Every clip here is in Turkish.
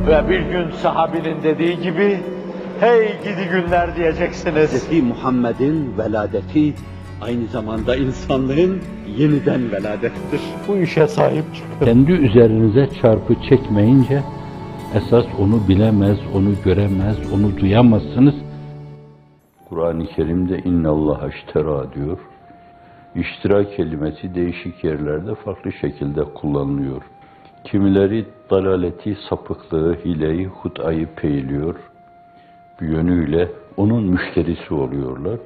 Ve bir gün sahabinin dediği gibi, hey gidi günler diyeceksiniz. Hz. Muhammed'in veladeti aynı zamanda insanlığın yeniden veladettir. Bu işe sahip çıkın. Kendi üzerinize çarpı çekmeyince, esas onu bilemez, onu göremez, onu duyamazsınız. Kur'an-ı Kerim'de innallâhe işterâ diyor. İştira kelimesi değişik yerlerde farklı şekilde kullanılıyor. Kimileri dalaleti, sapıklığı, hileyi, hutayı peyliyor. Bir yönüyle onun müşterisi oluyorlar.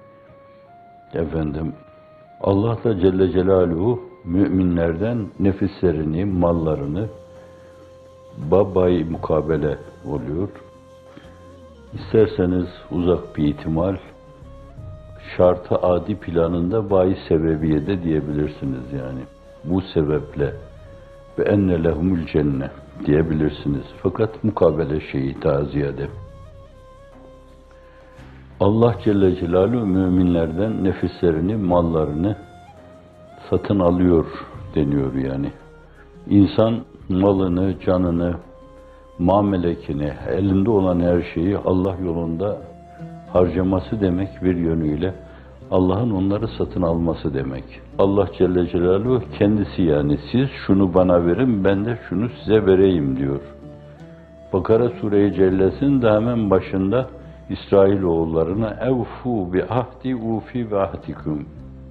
Allah da Celle Celaluhu müminlerden nefislerini, mallarını babayı mukabele oluyor. İsterseniz uzak bir ihtimal, şartı adi planında bayi sebebiye de diyebilirsiniz yani. Bu sebeple ve enne lehumul cennet diyebilirsiniz. Fakat mukabele şeyi daha ziyade. Allah Celle Celaluhu müminlerden nefislerini, mallarını satın alıyor deniyor yani. İnsan malını, canını, mamelekini, elinde olan her şeyi Allah yolunda harcaması demek bir yönüyle Allah'ın onları satın alması demek. Allah Celle Celaluhu kendisi yani siz şunu bana verin ben de şunu size vereyim diyor. Bakara Sure-i Celles'in de hemen başında İsrailoğullarına evfu bi ahdi ufi bi ahdikum.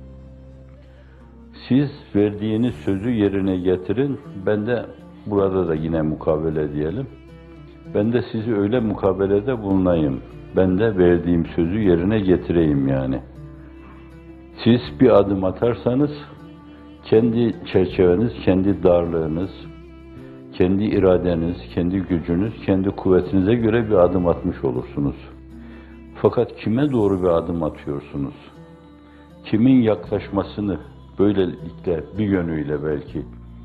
Siz verdiğiniz sözü yerine getirin. Ben de burada da yine mukabele diyelim. Ben de sizi öyle mukabelede bulunayım. Ben de verdiğim sözü yerine getireyim yani. Siz bir adım atarsanız kendi çerçeveniz, kendi darlığınız, kendi iradeniz, kendi gücünüz, kendi kuvvetinize göre bir adım atmış olursunuz. Fakat kime doğru bir adım atıyorsunuz? Kimin yaklaşmasını böylelikle bir yönüyle belki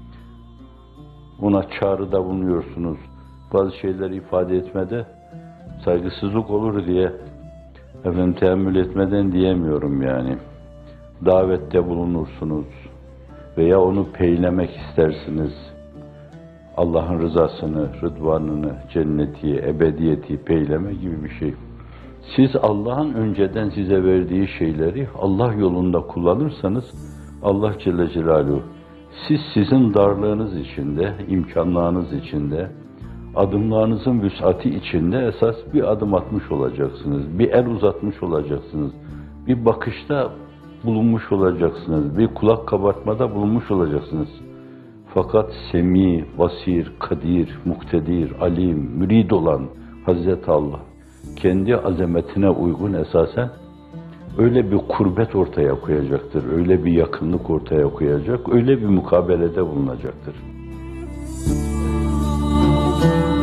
ona çağrıda bulunuyorsunuz. Bazı şeyleri ifade etmede saygısızlık olur diye tehammül etmeden diyemiyorum yani. Davette bulunursunuz veya onu peylemek istersiniz. Allah'ın rızasını, rıdvanını, cenneti, ebediyeti peyleme gibi bir şey. Siz Allah'ın önceden size verdiği şeyleri Allah yolunda kullanırsanız Allah Celle Celaluhu sizin darlığınız içinde, imkanlarınız içinde, adımlarınızın vüs'ati içinde esas bir adım atmış olacaksınız, bir el uzatmış olacaksınız, bir bakışta bulunmuş olacaksınız, bir kulak kabartmada bulunmuş olacaksınız. Fakat Semi, Basir, Kadir, Muktedir, Alim, Mürid olan Hazreti Allah kendi azametine uygun esasen öyle bir kurbet ortaya koyacaktır, öyle bir yakınlık ortaya koyacak, öyle bir mukabelede bulunacaktır.